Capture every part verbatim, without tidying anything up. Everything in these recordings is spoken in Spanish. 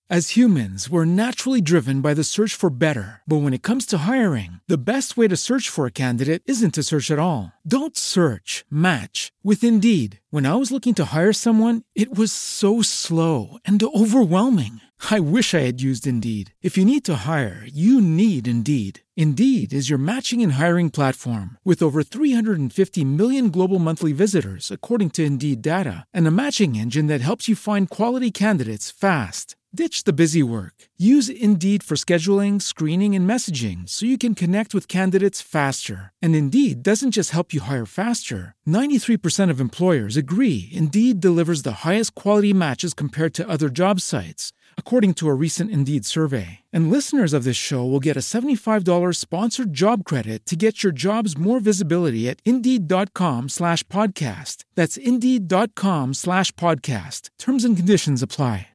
As humans, we're naturally driven by the search for better. But when it comes to hiring, the best way to search for a candidate isn't to search at all. Don't search, match with Indeed. When I was looking to hire someone, it was so slow and overwhelming. I wish I had used Indeed. If you need to hire, you need Indeed. Indeed is your matching and hiring platform with over three hundred fifty million global monthly visitors, according to Indeed data, and a matching engine that helps you find quality candidates fast. Ditch the busy work. Use Indeed for scheduling, screening, and messaging so you can connect with candidates faster. And Indeed doesn't just help you hire faster. ninety-three percent of employers agree Indeed delivers the highest quality matches compared to other job sites, according to a recent Indeed survey. And listeners of this show will get a seventy-five dollars sponsored job credit to get your jobs more visibility at Indeed.com slash podcast. That's Indeed.com slash podcast. Terms and conditions apply.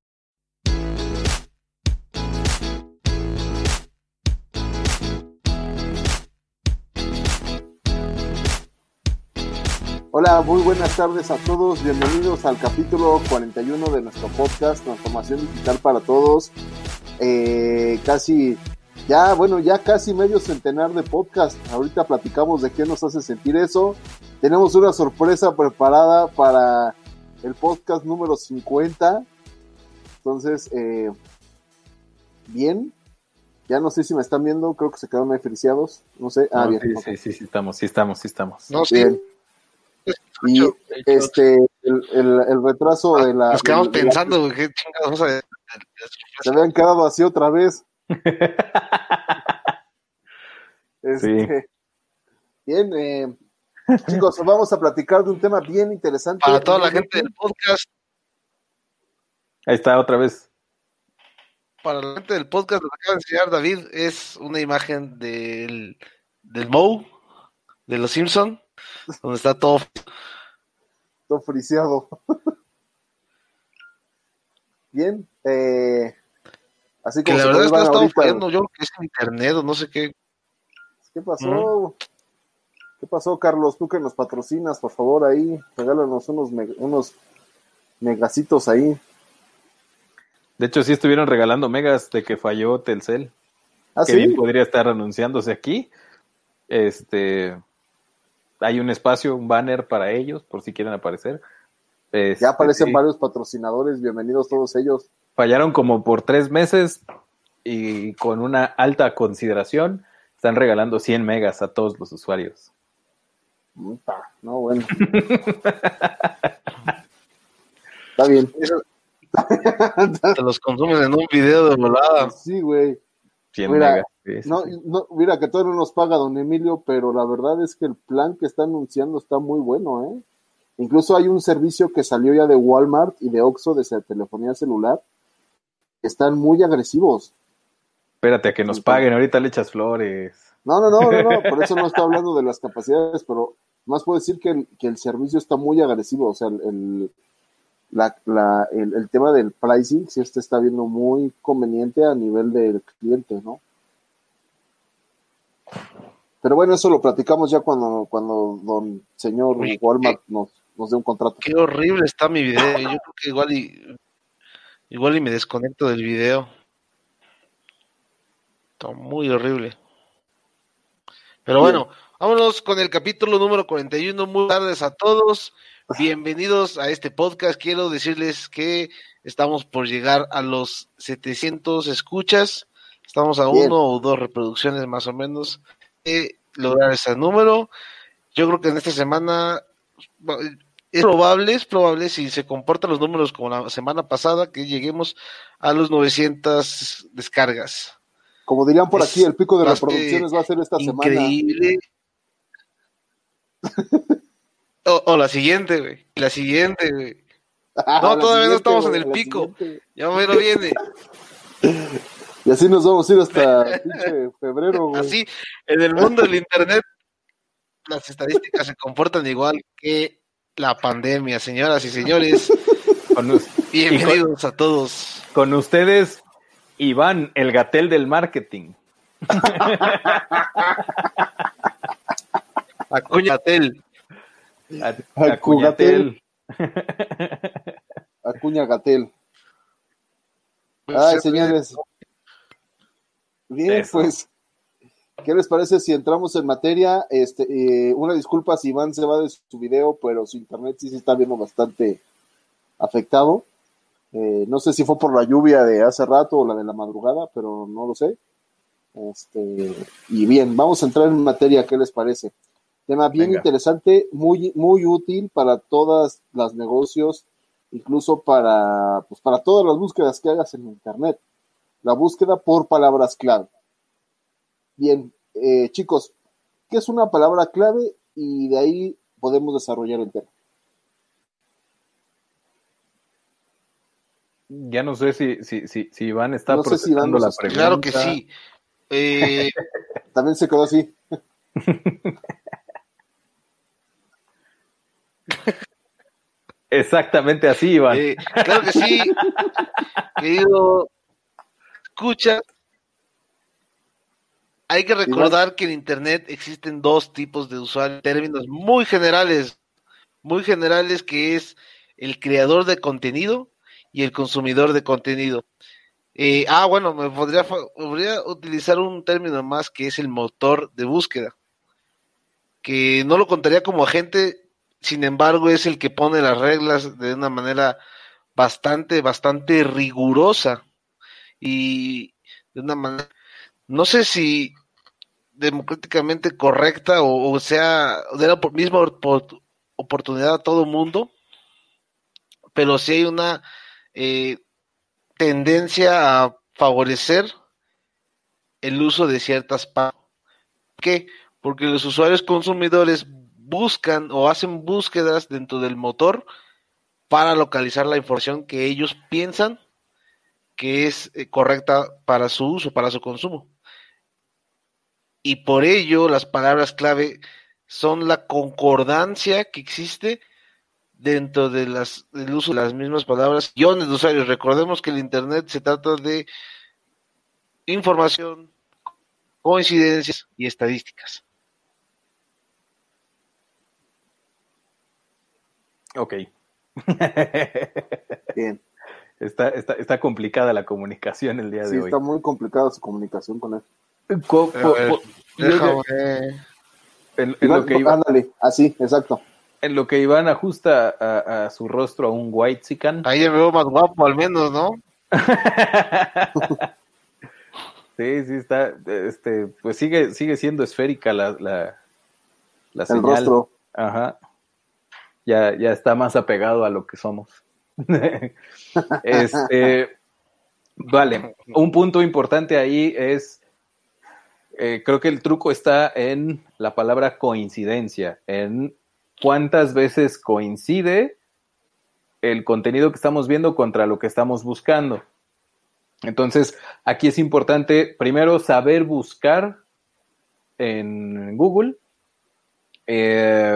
Hola, muy buenas tardes a todos, bienvenidos al capítulo cuarenta y uno de nuestro podcast Transformación Digital para Todos. Eh, casi, ya, bueno, ya casi medio centenar de podcast. Ahorita platicamos de qué nos hace sentir eso. Tenemos una sorpresa preparada para el podcast número cincuenta. Entonces, eh, bien, ya no sé si me están viendo, creo que se quedaron ahí friciados, no sé. Ah, no, bien. Sí, Okay. sí, sí, sí, estamos, sí estamos, sí estamos. No, sí. Bien. Y este el, el, el retraso de la... Nos quedamos de, de pensando, güey, la... qué chingados vamos a... Se habían quedado así otra vez. este, sí. Bien, eh, chicos, vamos a platicar de un tema bien interesante. Para toda la gente del podcast. Ahí está, otra vez. Para la gente del podcast, lo que acaba de enseñar David es una imagen del, del Moe, de los Simpson, donde está todo... Todo friseado. Bien, eh... así como que la verdad es que no estamos ahorita, fallando, yo creo que es internet o no sé qué. ¿Qué pasó? ¿Mm? ¿Qué pasó, Carlos? Tú que nos patrocinas, por favor, ahí, regálanos unos, me- unos megacitos ahí. De hecho, sí estuvieron regalando megas de que falló Telcel. ¿Ah, que sí? bien podría estar anunciándose aquí. Este, hay un espacio, un banner para ellos, por si quieren aparecer. Este, Ya aparecen sí. varios patrocinadores, bienvenidos todos ellos. Fallaron como por tres meses y con una alta consideración están regalando cien megas a todos los usuarios. Puta, no, bueno. Está bien. Te los consumes en un video de volada. Sí, güey. cien Mira, megas. Sí, sí, No, sí. no, mira que todavía no nos paga don Emilio, pero la verdad es que el plan que está anunciando está muy bueno, ¿eh? Incluso hay un servicio que salió ya de Walmart y de Oxxo de telefonía celular. Están muy agresivos. Espérate a que nos paguen, ahorita le echas flores. No, no, no, no, no, por eso no estoy hablando de las capacidades, pero más puedo decir que el, que el servicio está muy agresivo, o sea, el, el, la, la, el, el tema del pricing sí este está viendo muy conveniente a nivel del cliente, ¿no? Pero bueno, eso lo platicamos ya cuando, cuando don señor Oye, Walmart nos, nos dé un contrato. Qué horrible está mi video. Yo creo que igual y igual y me desconecto del video. Está muy horrible. Pero Bien. bueno, vámonos con el capítulo número cuarenta y uno. Muy tardes a todos. Bienvenidos a este podcast. Quiero decirles que estamos por llegar a los setecientos escuchas. Estamos a Bien. uno o dos reproducciones más o menos de lograr ese número. Yo creo que en esta semana es probable, es probable si se comportan los números como la semana pasada, que lleguemos a los novecientas descargas. Como dirían por Es aquí, el pico de más reproducciones va a ser esta increíble. semana. O, o la siguiente, güey. La siguiente, güey. Ah, No, la todavía no siguiente, estamos güey, en el la pico. siguiente. Ya mero viene. Y así nos vamos a ir hasta pinche febrero, güey. Así, en el mundo del internet, las estadísticas se comportan igual que la pandemia, señoras y señores. Con, us- Bienvenidos a todos. con ustedes, Iván, el Gatel del marketing. Acuñatel. A- Acuñatel. Acuña Gatel. Ay, señores. Bien, Eso. pues, ¿qué les parece si entramos en materia? Este, eh, una disculpa si Iván se va de su video, pero su internet sí se está viendo bastante afectado. Eh, no sé si fue por la lluvia de hace rato o la de la madrugada, pero no lo sé. Este, y bien, vamos a entrar en materia, ¿qué les parece? Tema bien Venga. interesante, muy, muy útil para todas las negocios, incluso para, pues para todas las búsquedas que hagas en internet. La búsqueda por palabras clave. Bien, eh, chicos, ¿qué es una palabra clave? Y de ahí podemos desarrollar el tema. Ya no sé si, si, si, si Iván está No sé si Iván procesando nos la escucha. pregunta. Claro que sí. Eh, También se quedó así. Exactamente así, Iván. eh, claro que sí, querido escucha. Hay que recordar que en Internet existen dos tipos de usuarios, términos muy generales, muy generales, que es el creador de contenido y el consumidor de contenido. Eh, ah, bueno, me podría, podría utilizar un término más, que es el motor de búsqueda, que no lo contaría como agente, sin embargo es el que pone las reglas de una manera bastante, bastante rigurosa y de una manera, no sé si democráticamente correcta o, o sea, de la misma op- oportunidad a todo mundo, pero sí hay una eh, tendencia a favorecer el uso de ciertas palabras. ¿Por qué? Porque los usuarios consumidores buscan o hacen búsquedas dentro del motor para localizar la información que ellos piensan que es eh, correcta para su uso, para su consumo. Y por ello las palabras clave son la concordancia que existe dentro de las, del uso de las mismas palabras. Millones de usuarios. Recordemos que el Internet se trata de información, coincidencias y estadísticas. Ok. Bien. Está, está, está complicada la comunicación el día Sí, de hoy. está muy complicada su comunicación con él. Co- po- ver, po- yo- Déjame. en, en Iván, lo que Iván, ándale, así, exacto. en lo que Iván ajusta a, a su rostro a un whitezican. Ahí ya me veo más guapo al menos, ¿no? Sí, sí está, este, pues sigue, sigue siendo esférica la, la, la El señal. rostro. Ajá. Ya, ya está más apegado a lo que somos. Este, vale. Un punto importante ahí es, eh, creo que el truco está en la palabra coincidencia, en cuántas veces coincide el contenido que estamos viendo contra lo que estamos buscando. Entonces, aquí es importante primero saber buscar en Google, eh,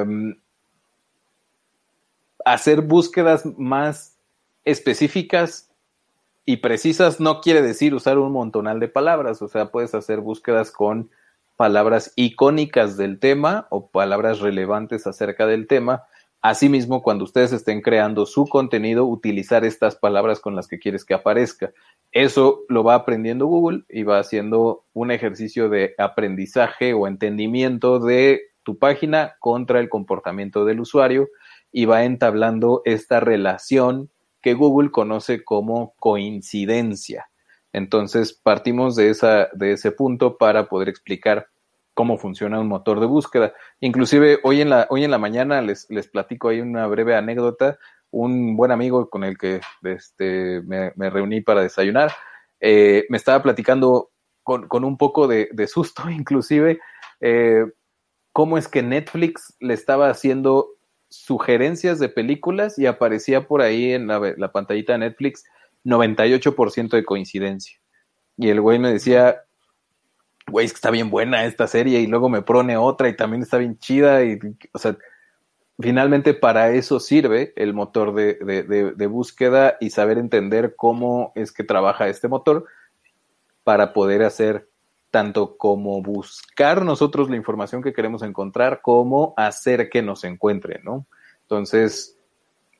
hacer búsquedas más específicas y precisas. No quiere decir usar un montonal de palabras, o sea, puedes hacer búsquedas con palabras icónicas del tema o palabras relevantes acerca del tema. Asimismo, cuando ustedes estén creando su contenido, utilizar estas palabras con las que quieres que aparezca. Eso lo va aprendiendo Google y va haciendo un ejercicio de aprendizaje o entendimiento de tu página contra el comportamiento del usuario y va entablando esta relación que Google conoce como coincidencia. Entonces, partimos de, esa, de ese punto para poder explicar cómo funciona un motor de búsqueda. Inclusive hoy en la, hoy en la mañana les, les platico ahí una breve anécdota. Un buen amigo con el que este, me, me reuní para desayunar, eh, me estaba platicando con, con un poco de, de susto inclusive, eh, cómo es que Netflix le estaba haciendo sugerencias de películas y aparecía por ahí en la, la pantallita de Netflix noventa y ocho por ciento de coincidencia. Y el güey me decía, güey, es que está bien buena esta serie, y luego me pone otra y también está bien chida, y, o sea, finalmente para eso sirve el motor de, de, de, de búsqueda y saber entender cómo es que trabaja este motor para poder hacer tanto como buscar nosotros la información que queremos encontrar, como hacer que nos encuentre, ¿no? Entonces,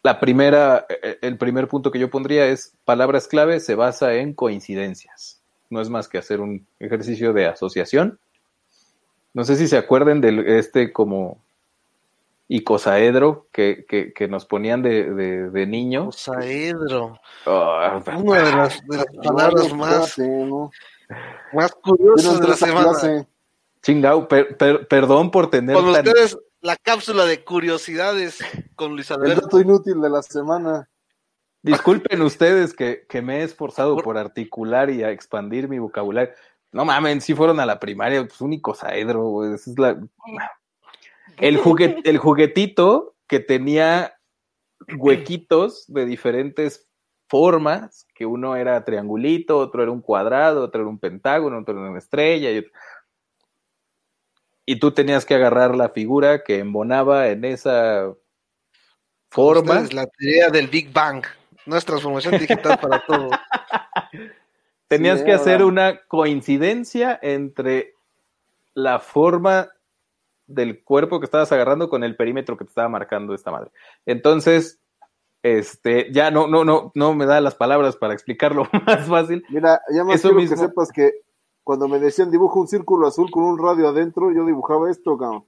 la primera, el primer punto que yo pondría es palabras clave se basa en coincidencias. No es más que hacer un ejercicio de asociación. No sé si se acuerden de este como icosaedro que, que, que nos ponían de, de, de niños. Icosaedro. Oh, Una de las, de las palabras No, más, espérate, no. más curiosas Yo no de entré la a esa semana. clase. Chingao, per, per, perdón por tener Con tan... ustedes, la cápsula de curiosidades con Luis El Alberto. dato inútil de la semana. Disculpen ustedes que, que me he esforzado Por- por articular y a expandir mi vocabulario. No mamen, si fueron a la primaria, pues un icosaedro, güey, esa es la... El, juguet, el juguetito que tenía huequitos de diferentes formas, que uno era triangulito, otro era un cuadrado, otro era un pentágono, otro era una estrella, y, otro... y tú tenías que agarrar la figura que embonaba en esa forma. Ustedes, la teoría del Big Bang. No es transformación digital para todo. Tenías Sí, que ahora. hacer una coincidencia entre la forma del cuerpo que estabas agarrando con el perímetro que te estaba marcando esta madre. Entonces, este, ya no, no, no, no me da las palabras para explicarlo más fácil. Mira, ya más Eso quiero mismo. que sepas que cuando me decían dibuja un círculo azul con un radio adentro, yo dibujaba esto, cabrón.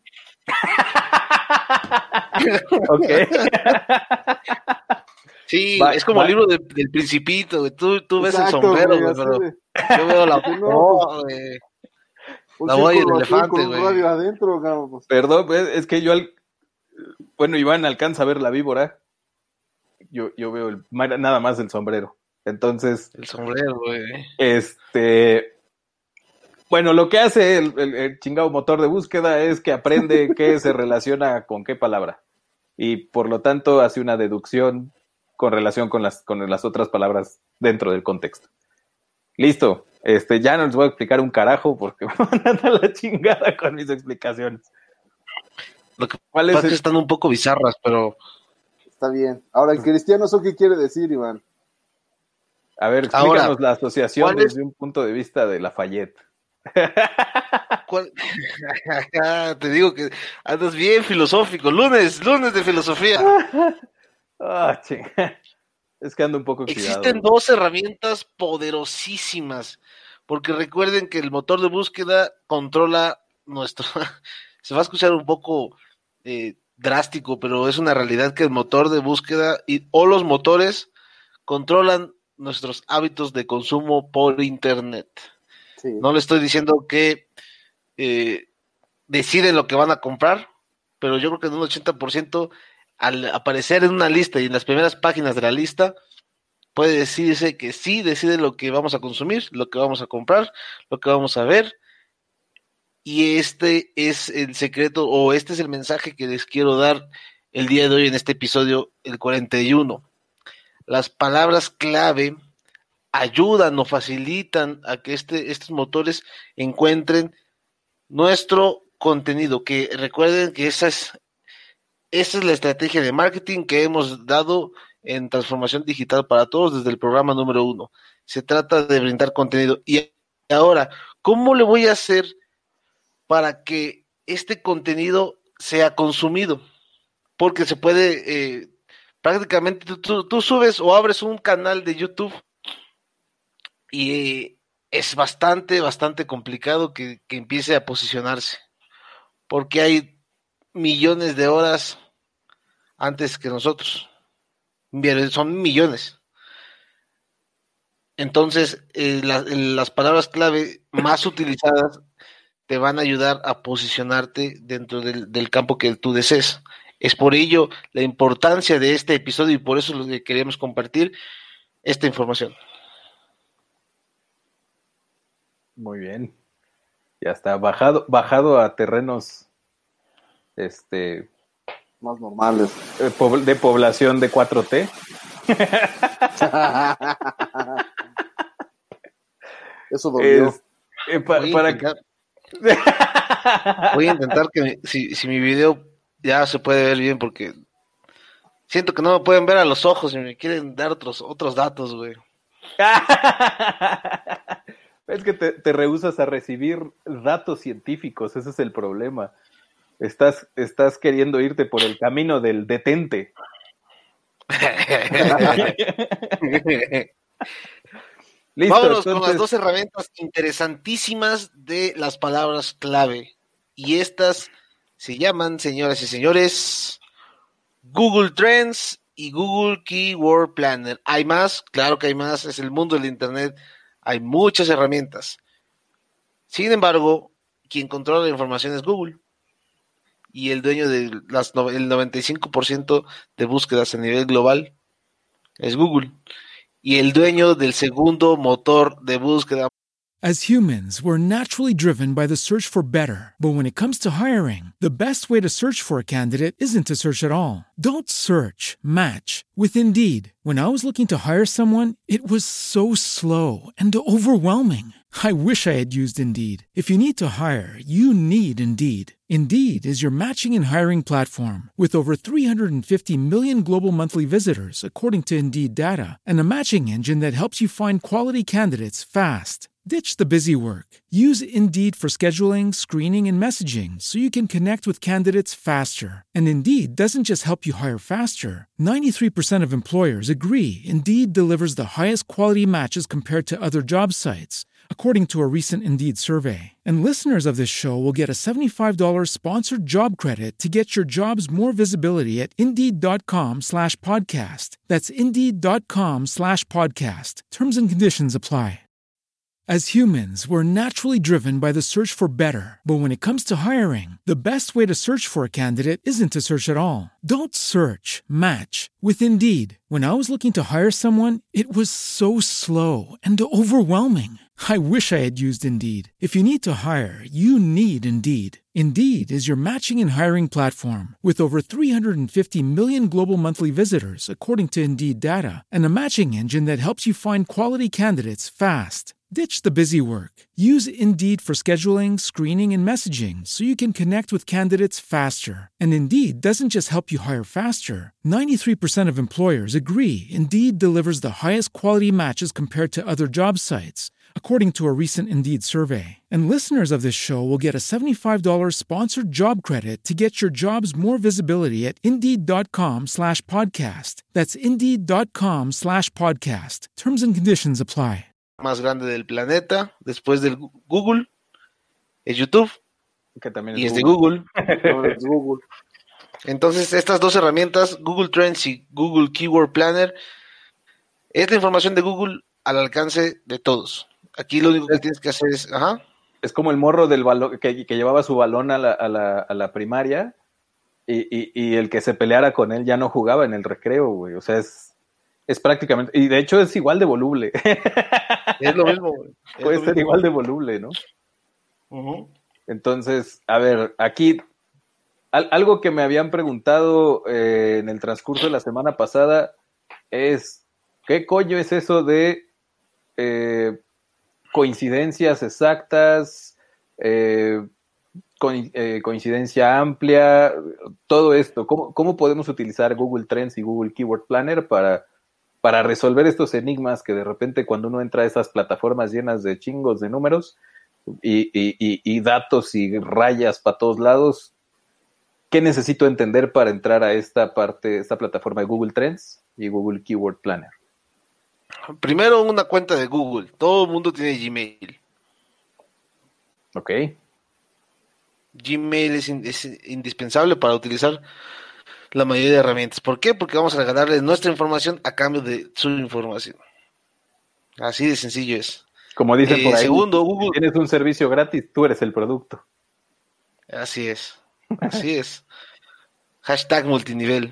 Ok. Sí, Va- es como va- el libro de- del Principito, güey. Tú, tú ves Exacto, el sombrero, güey, güey, así pero de- yo veo la Sí, no, boa, güey. un La boa y el círculo azul elefante, con un güey. radio adentro, cabrón. Pues, Perdón, pues, es que yo al... Bueno, Iván alcanza a ver la víbora. Yo, yo veo el, nada más el sombrero. Entonces, El sombrero, güey. este... Bueno, lo que hace el, el, el chingado motor de búsqueda es que aprende qué se relaciona con qué palabra. Y por lo tanto hace una deducción con relación con las, con las otras palabras dentro del contexto. Listo. Este, ya no les voy a explicar un carajo porque me van a dar la chingada con mis explicaciones. Lo que ¿Cuál pasa es es que el... están un poco bizarras, pero está bien. Ahora, el cristiano, ¿eso qué quiere decir, Iván? A ver, explícanos Ahora, la asociación ¿cuál es- desde un punto de vista de Lafayette. ¿cuál? Te digo que andas bien filosófico. Lunes, lunes de filosofía. Ah, ching. Es que ando un poco oxidado. Existen dos herramientas poderosísimas, porque recuerden que el motor de búsqueda controla nuestro... Se va a escuchar un poco eh, drástico, pero es una realidad que el motor de búsqueda y, o los motores controlan nuestros hábitos de consumo por internet. Sí. No le estoy diciendo que eh, deciden lo que van a comprar, pero yo creo que en un ochenta por ciento al aparecer en una lista y en las primeras páginas de la lista puede decirse que sí decide lo que vamos a consumir, lo que vamos a comprar, lo que vamos a ver. Y este es el secreto, o este es el mensaje que les quiero dar el día de hoy en este episodio, el cuarenta y uno. Las palabras clave ayudan o facilitan a que este, estos motores encuentren nuestro contenido, que recuerden que esa es, esa es la estrategia de marketing que hemos dado en Transformación Digital para Todos desde el programa número uno. Se trata de brindar contenido. Y ahora, ¿cómo le voy a hacer para que este contenido sea consumido? Porque se puede, eh, prácticamente tú, tú, tú subes o abres un canal de YouTube y eh, es bastante, bastante complicado que, que empiece a posicionarse, porque hay millones de horas antes que nosotros, son millones. Entonces, eh, la, las palabras clave más utilizadas te van a ayudar a posicionarte dentro del, del campo que tú desees. Es por ello la importancia de este episodio y por eso lo que queremos compartir esta información. Muy bien. Ya está, bajado, bajado a terrenos este Más normales. de población de cuatro T. Eso dolió. Es, eh, pa, voy, a para intentar, voy a intentar que mi, si, si mi video ya se puede ver bien, porque siento que no me pueden ver a los ojos y me quieren dar otros, otros datos, güey. Es que te, te rehusas a recibir datos científicos, ese es el problema. Estás, estás queriendo irte por el camino del detente. Listo, Vámonos entonces... con las dos herramientas interesantísimas de las palabras clave. Y estas se llaman, señoras y señores, Google Trends y Google Keyword Planner. ¿Hay más? Claro que hay más. Es el mundo del Internet. Hay muchas herramientas. Sin embargo, quien controla la información es Google. Y el dueño del el noventa y cinco por ciento de búsquedas a nivel global es Google. Y el dueño del segundo motor de búsqueda. As humans, we're naturally driven by the search for better. But when it comes to hiring, the best way to search for a candidate isn't to search at all. Don't search, match with Indeed. When I was looking to hire someone, it was so slow and overwhelming. I wish I had used Indeed. If you need to hire, you need Indeed. Indeed is your matching and hiring platform with over three hundred fifty million global monthly visitors, according to Indeed data, and a matching engine that helps you find quality candidates fast. Ditch the busy work. Use Indeed for scheduling, screening, and messaging so you can connect with candidates faster. And Indeed doesn't just help you hire faster. ninety-three percent of employers agree Indeed delivers the highest quality matches compared to other job sites, according to a recent Indeed survey. And listeners of this show will get a seventy-five dollars sponsored job credit to get your jobs more visibility at Indeed.com slash podcast. That's Indeed.com slash podcast. Terms and conditions apply. As humans, we're naturally driven by the search for better. But when it comes to hiring, the best way to search for a candidate isn't to search at all. Don't search, match with Indeed. When I was looking to hire someone, it was so slow and overwhelming. I wish I had used Indeed. If you need to hire, you need Indeed. Indeed is your matching and hiring platform with over three hundred fifty million global monthly visitors, according to Indeed data, and a matching engine that helps you find quality candidates fast. Ditch the busy work. Use Indeed for scheduling, screening, and messaging so you can connect with candidates faster. And Indeed doesn't just help you hire faster. ninety-three percent of employers agree Indeed delivers the highest quality matches compared to other job sites, according to a recent Indeed survey. And listeners of this show will get a seventy-five dollars sponsored job credit to get your jobs more visibility at Indeed.com slash podcast. That's Indeed.com slash podcast. Terms and conditions apply. Más grande del planeta, después del Google, es YouTube, que también y es es Google. de Google. No, es Google. Entonces, estas dos herramientas, Google Trends y Google Keyword Planner, es la información de Google al alcance de todos. Aquí lo único que tienes que hacer es, ajá. Es como el morro del balón que, que llevaba su balón a la, a la, a la primaria y, y, y el que se peleara con él ya no jugaba en el recreo, güey. O sea, es Es prácticamente, y de hecho es igual de voluble. Es lo mismo, güey. Es Puede lo ser mismo. igual de voluble, ¿no? Uh-huh. Entonces, a ver, aquí, al, algo que me habían preguntado eh, en el transcurso de la semana pasada es, ¿qué coño es eso de eh, coincidencias exactas, eh, co- eh, coincidencia amplia, todo esto? ¿Cómo, cómo podemos utilizar Google Trends y Google Keyword Planner para... para resolver estos enigmas que de repente cuando uno entra a esas plataformas llenas de chingos de números y, y, y, y datos y rayas para todos lados, ¿qué necesito entender para entrar a esta parte, esta plataforma de Google Trends y Google Keyword Planner? Primero, una cuenta de Google. Todo el mundo tiene Gmail. Ok. Gmail es, in- es indispensable para utilizar la mayoría de herramientas. ¿Por qué? Porque vamos a regalarles nuestra información a cambio de su información. Así de sencillo es. Como dicen Eh, por ahí, segundo, si Google. tienes un servicio gratis, tú eres el producto. Así es. Así es. Hashtag multinivel.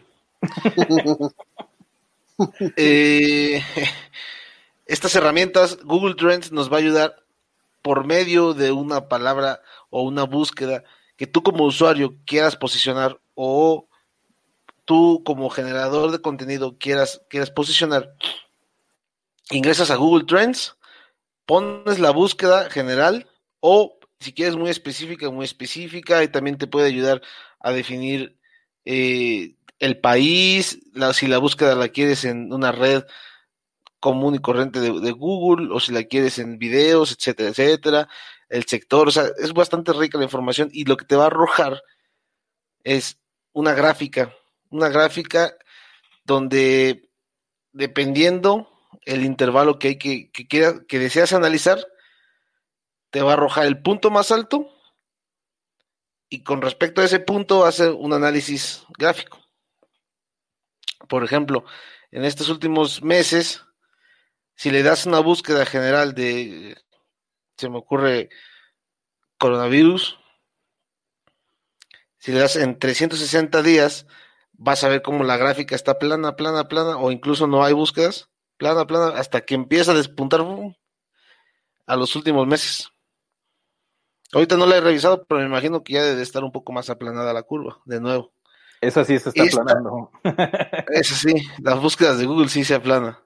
Eh, estas herramientas, Google Trends nos va a ayudar por medio de una palabra o una búsqueda que tú como usuario quieras posicionar o tú como generador de contenido quieras, quieras posicionar. Ingresas a Google Trends, pones la búsqueda general o si quieres muy específica, muy específica, y también te puede ayudar a definir eh, el país, la, si la búsqueda la quieres en una red común y corriente de, de Google, o si la quieres en videos, etcétera, etcétera, el sector, o sea, es bastante rica la información, y lo que te va a arrojar es una gráfica, una gráfica donde dependiendo el intervalo que hay que, que, quiera, que deseas analizar, te va a arrojar el punto más alto y con respecto a ese punto hacer un análisis gráfico. Por ejemplo, en estos últimos meses, si le das una búsqueda general de, se me ocurre, coronavirus, si le das en trescientos sesenta días, vas a ver cómo la gráfica está plana, plana, plana, o incluso no hay búsquedas, plana, plana, hasta que empieza a despuntar ¡bum!, a los últimos meses. Ahorita no la he revisado, pero me imagino que ya debe estar un poco más aplanada la curva, de nuevo. Esa sí se está Esta, aplanando. Esa sí, las búsquedas de Google sí se aplanan.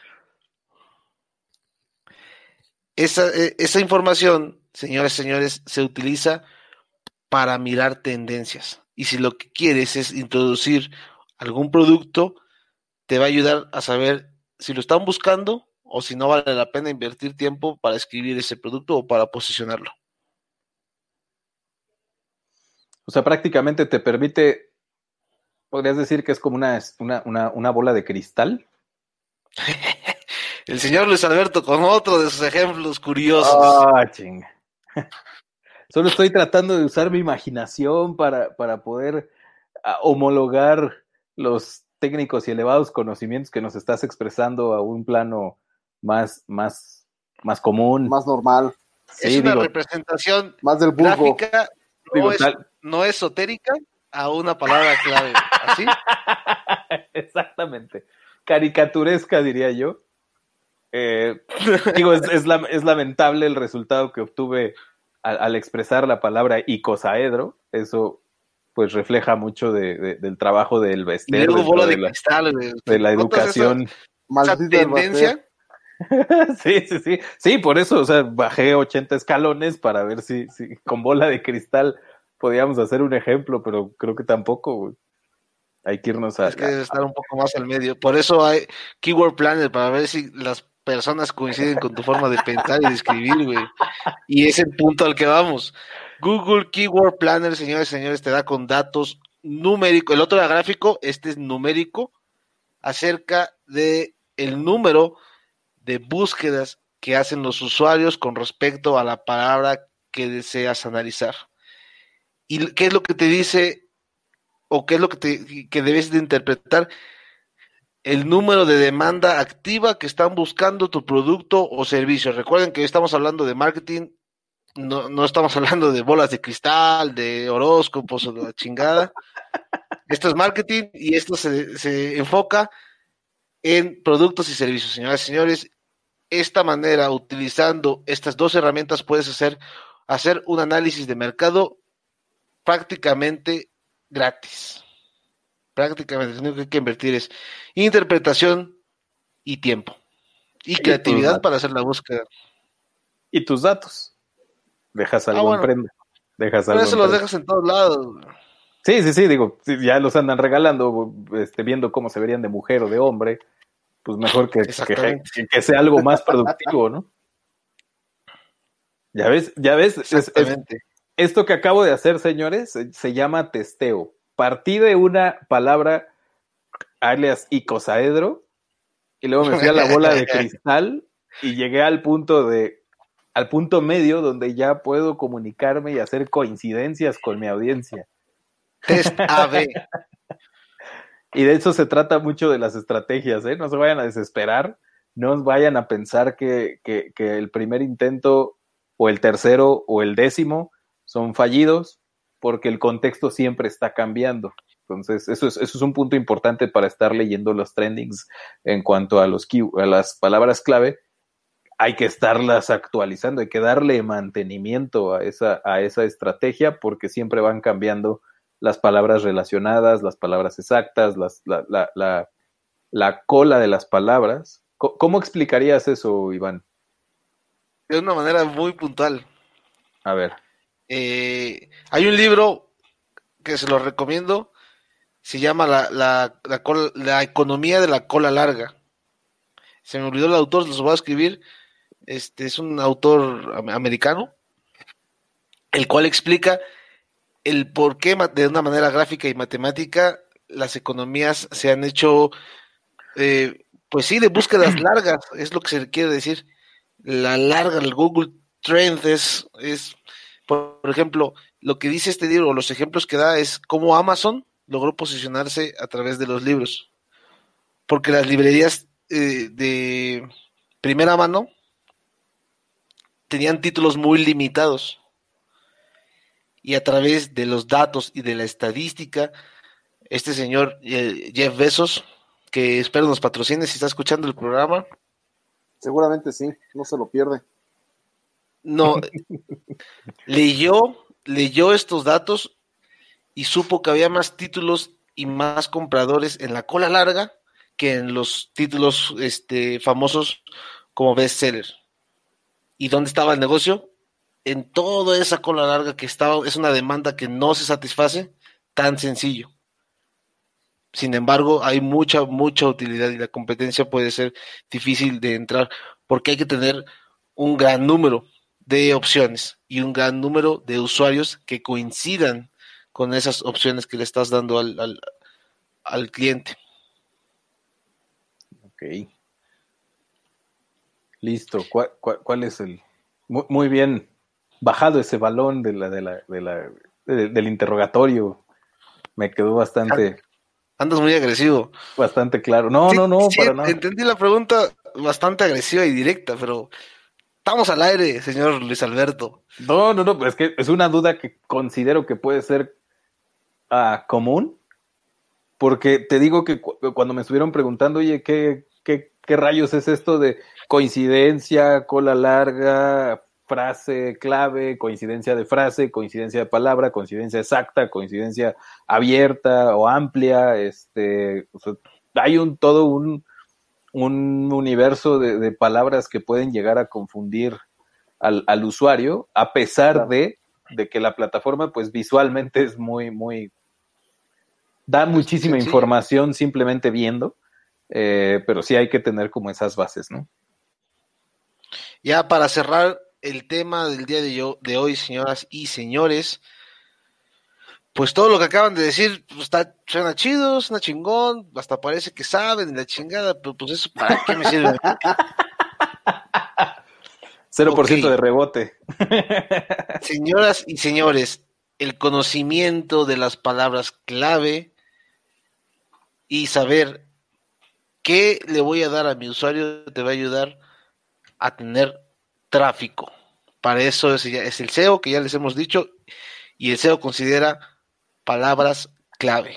Esa, esa información, señores y señores, se utiliza para mirar tendencias. Y si lo que quieres es introducir algún producto, te va a ayudar a saber si lo están buscando o si no vale la pena invertir tiempo para escribir ese producto o para posicionarlo. O sea, prácticamente te permite, podrías decir que es como una, una, una, una bola de cristal. El señor Luis Alberto con otro de sus ejemplos curiosos. Ah, oh, ching. Solo estoy tratando de usar mi imaginación para, para poder uh, homologar los técnicos y elevados conocimientos que nos estás expresando a un plano más, más, más común. Más normal. Sí, es una digo, representación más del vulgo. Gráfica, no, digo, es, no esotérica, a una palabra clave. ¿Así? Exactamente. Caricaturesca, diría yo. Eh, digo, es, es, la, es lamentable el resultado que obtuve al, al expresar la palabra icosaedro. Eso pues refleja mucho de, de, del trabajo del Bester, de, de, la, cristal, de, de la educación. Esa, esa tendencia. Sí, sí, sí. Sí, por eso, o sea, bajé ochenta escalones para ver si, si con bola de cristal podíamos hacer un ejemplo, pero creo que tampoco, güey. Hay que irnos a... Es que debe estar un poco más al medio. Por eso hay Keyword Planner, para ver si las personas coinciden con tu forma de pensar y de escribir, güey. Y es el punto al que vamos. Google Keyword Planner, señores y señores, te da con datos numéricos. El otro era gráfico, este es numérico, acerca de el número de búsquedas que hacen los usuarios con respecto a la palabra que deseas analizar. ¿Y qué es lo que te dice o qué es lo que, te, que debes de interpretar? El número de demanda activa que están buscando tu producto o servicio. Recuerden que estamos hablando de marketing, no, no estamos hablando de bolas de cristal, de horóscopos o de la chingada. Esto es marketing y esto se, se enfoca en productos y servicios. Señoras y señores, esta manera, utilizando estas dos herramientas, puedes hacer, hacer un análisis de mercado prácticamente gratis. Prácticamente, lo único que hay que invertir es interpretación y tiempo. Y, y creatividad para hacer la búsqueda. Y tus datos. Dejas algo ah, bueno, en prenda. Dejas pero algo eso los dejas en todos lados. Sí, sí, sí, digo, ya los andan regalando, este, viendo cómo se verían de mujer o de hombre, pues mejor que, que, que sea algo más productivo, ¿no? Ya ves, ya ves, es, es, esto que acabo de hacer, señores, se, se llama testeo. Partí de una palabra alias icosaedro y luego me fui a la bola de cristal y llegué al punto de al punto medio donde ya puedo comunicarme y hacer coincidencias con mi audiencia. Test A B. Y de eso se trata mucho de las estrategias, ¿eh? No se vayan a desesperar, no vayan a pensar que, que, que el primer intento o el tercero o el décimo son fallidos, porque el contexto siempre está cambiando. Entonces, eso es, eso es un punto importante para estar leyendo los trendings en cuanto a, los key, a las palabras clave. Hay que estarlas actualizando, hay que darle mantenimiento a esa, a esa estrategia, porque siempre van cambiando las palabras relacionadas, las palabras exactas, las, la, la, la, la cola de las palabras. ¿Cómo explicarías eso, Iván? De una manera muy puntual. A ver. Eh, hay un libro que se lo recomiendo, se llama la, la, la, cola, la economía de la cola larga. Se me olvidó el autor, los voy a escribir. Este es un autor americano, el cual explica el por qué de una manera gráfica y matemática las economías se han hecho, eh, pues sí, de búsquedas largas, es lo que se quiere decir. La larga, el Google Trend es, es, por ejemplo, lo que dice este libro, los ejemplos que da es cómo Amazon logró posicionarse a través de los libros. Porque las librerías eh, de primera mano tenían títulos muy limitados. Y a través de los datos y de la estadística, este señor eh, Jeff Bezos, que espero nos patrocine si está escuchando el programa. Seguramente sí, no se lo pierde. No, leyó, leyó estos datos y supo que había más títulos y más compradores en la cola larga que en los títulos este, famosos como bestseller. ¿Y dónde estaba el negocio? En toda esa cola larga que estaba, es una demanda que no se satisface, tan sencillo. Sin embargo, hay mucha, mucha utilidad y la competencia puede ser difícil de entrar porque hay que tener un gran número de opciones y un gran número de usuarios que coincidan con esas opciones que le estás dando al, al, al cliente. Ok. Listo. ¿Cuál, cuál, cuál es el...? Muy, muy bien bajado ese balón de la, de la, de la, de, del interrogatorio. Me quedó bastante... Andas muy agresivo. Bastante claro. No, sí, no, no, sí, para nada. Entendí la pregunta bastante agresiva y directa, pero estamos al aire, señor Luis Alberto. No, no, no, es que es una duda que considero que puede ser uh, común, porque te digo que cu- cuando me estuvieron preguntando, oye, ¿qué, qué, qué rayos es esto de coincidencia, cola larga, frase clave, coincidencia de frase, coincidencia de palabra, coincidencia exacta, coincidencia abierta o amplia? Este, o sea, hay un todo un, un universo de, de palabras que pueden llegar a confundir al, al usuario, a pesar Claro. de, de que la plataforma pues visualmente es muy, muy, da muchísima Sencillo. información simplemente viendo, eh, pero sí hay que tener como esas bases, ¿no? Ya para cerrar el tema del día de, yo, de hoy, señoras y señores, pues todo lo que acaban de decir pues, está, suena chido, suena chingón, hasta parece que saben la chingada, pero pues eso ¿para qué me sirve? cero por ciento Ok. de rebote. Señoras y señores, el conocimiento de las palabras clave y saber qué le voy a dar a mi usuario te va a ayudar a tener tráfico. Para eso es, es el S E O, que ya les hemos dicho, y el S E O considera palabras clave.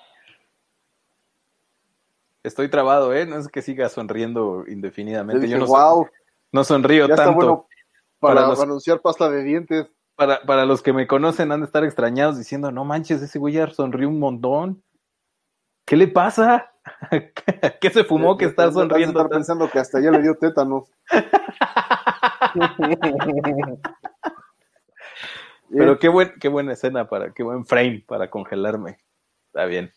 Estoy trabado, ¿eh? No es que siga sonriendo indefinidamente. Yo dije, Yo no, wow, no sonrío ya tanto. está bueno para, Para los- anunciar pasta de dientes. Para, para los que me conocen han de estar extrañados diciendo, no manches, ese güey ya sonrió un montón. ¿Qué le pasa? ¿Qué se fumó que Ya- está ya- ya has de sonriendo? estar tan- pensando que hasta ya le dio tétanos. Pero qué buen, qué buena escena para, qué buen frame para congelarme. Está bien.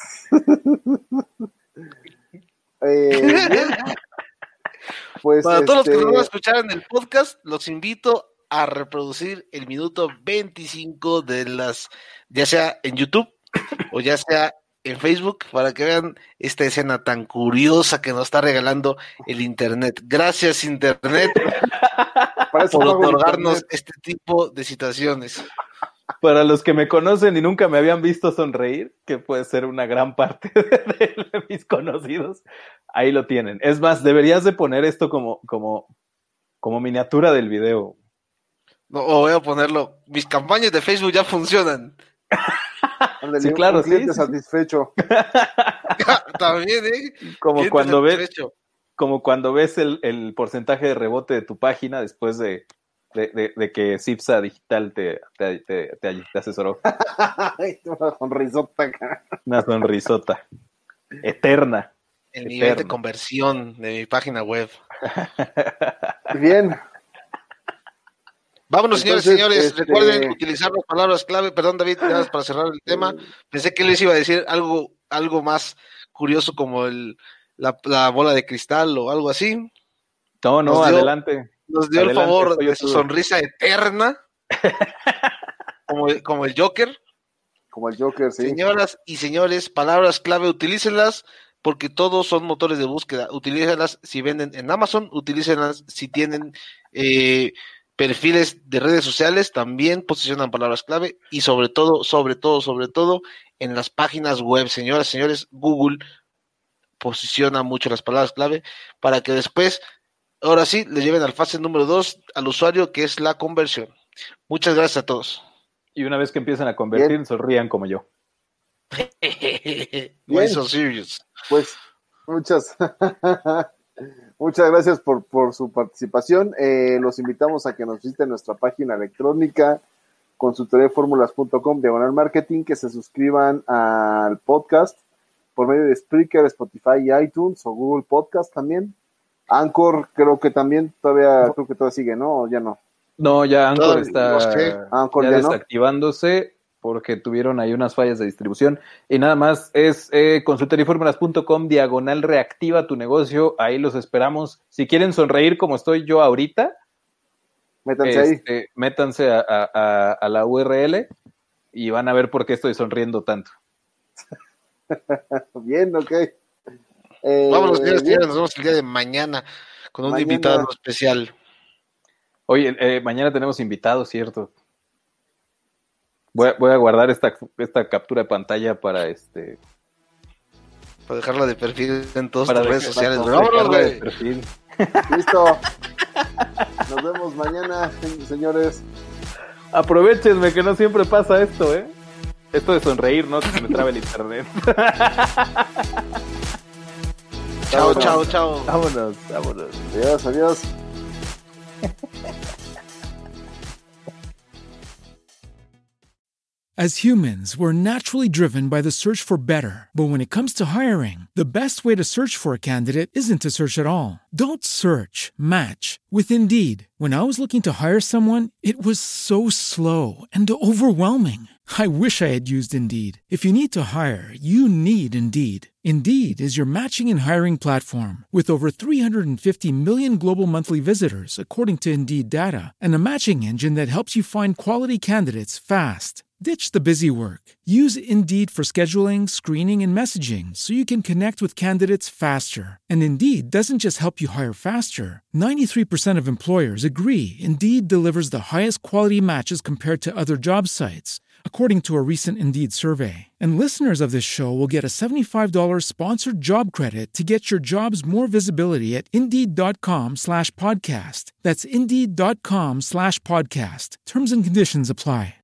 Eh, bien. Pues, Para todos los que este, nos van a escuchar en el podcast, los invito a reproducir el minuto veinticinco de las, ya sea en YouTube o ya sea en Facebook, para que vean esta escena tan curiosa que nos está regalando el Internet. Gracias, Internet, para eso por pago el otorgarnos internet. este tipo de situaciones. Para los que me conocen y nunca me habían visto sonreír, que puede ser una gran parte de, de mis conocidos, ahí lo tienen. Es más, deberías de poner esto como, como, como miniatura del video. No, o voy a ponerlo, mis campañas de Facebook ya funcionan. Ándale, Sí, un- claro, un cliente sí, sí, sí. satisfecho. También, ¿eh? Como Cliente cuando ves, satisfecho. como cuando ves el, el porcentaje de rebote de tu página después de, de, de, de que Cipsa Digital te, te, te, te, te asesoró. Ay, una sonrisota acá. Una sonrisota eterna. El nivel de Eterno. conversión de mi página web. Bien, Vámonos, señores y Entonces, señores. este- Recuerden utilizar las palabras clave. Perdón, David, nada más para cerrar el tema. Pensé que les iba a decir algo, algo más curioso como el, la, la bola de cristal o algo así. No, no, Nos dio- adelante. Nos dio Adelante, el favor estoy de su todo. sonrisa eterna, como, el- como el Joker. Como el Joker, sí. Señoras y señores, palabras clave, utilícenlas porque todos son motores de búsqueda. Utilícenlas si venden en Amazon, utilícenlas si tienen eh, perfiles de redes sociales, también posicionan palabras clave y sobre todo, sobre todo, sobre todo en las páginas web. Señoras y señores, Google posiciona mucho las palabras clave para que después, ahora sí, le lleven al fase número dos al usuario, que es la conversión. Muchas gracias a todos. Y una vez que empiecen a convertir, Bien. sonrían como yo. Why so serious? Pues muchas muchas gracias por, por su participación. Eh, los invitamos a que nos visiten nuestra página electrónica consultoría de fórmulas punto com diagonal marketing, que se suscriban al podcast por medio de Spreaker, Spotify y iTunes o Google Podcast también. Anchor creo que también todavía creo que todavía sigue, ¿no? ¿O ya no? No, ya Anchor Todo, está no sé. Anchor ya ya no. desactivándose porque tuvieron ahí unas fallas de distribución. Y nada más es eh, consultoría y fórmulas punto com diagonal reactiva tu negocio. Ahí los esperamos. Si quieren sonreír como estoy yo ahorita, Métanse este, ahí. métanse a, a, a, a la U R L y van a ver por qué estoy sonriendo tanto. Bien, ok. Eh, Vámonos, señores, bien. señores, nos vemos el día de mañana con un Mañana. invitado especial. Oye, eh, mañana tenemos invitados, ¿cierto? Voy a, voy a guardar esta, esta captura de pantalla para este Para dejarla de perfil en todas para tus redes dejar- sociales. para güey. Vámonos, dejarla de güey. perfil. Listo. Nos vemos mañana, señores. Aprovechenme que no siempre pasa esto, ¿eh? Esto de sonreír, ¿no? Que se me traba el internet. Chao, Vámonos. chao, chao. Vámonos, vámonos. Adiós, adiós. As humans, we're naturally driven by the search for better. But when it comes to hiring, the best way to search for a candidate isn't to search at all. Don't search, match with Indeed. When I was looking to hire someone, it was so slow and overwhelming. I wish I had used Indeed. If you need to hire, you need Indeed. Indeed is your matching and hiring platform with over three hundred fifty million global monthly visitors, according to Indeed data, and a matching engine that helps you find quality candidates fast. Ditch the busy work. Use Indeed for scheduling, screening, and messaging so you can connect with candidates faster. And Indeed doesn't just help you hire faster. ninety-three percent of employers agree Indeed delivers the highest quality matches compared to other job sites, according to a recent Indeed survey. And listeners of this show will get a seventy-five dollars sponsored job credit to get your jobs more visibility at Indeed.com slash podcast. That's Indeed.com slash podcast. Terms and conditions apply.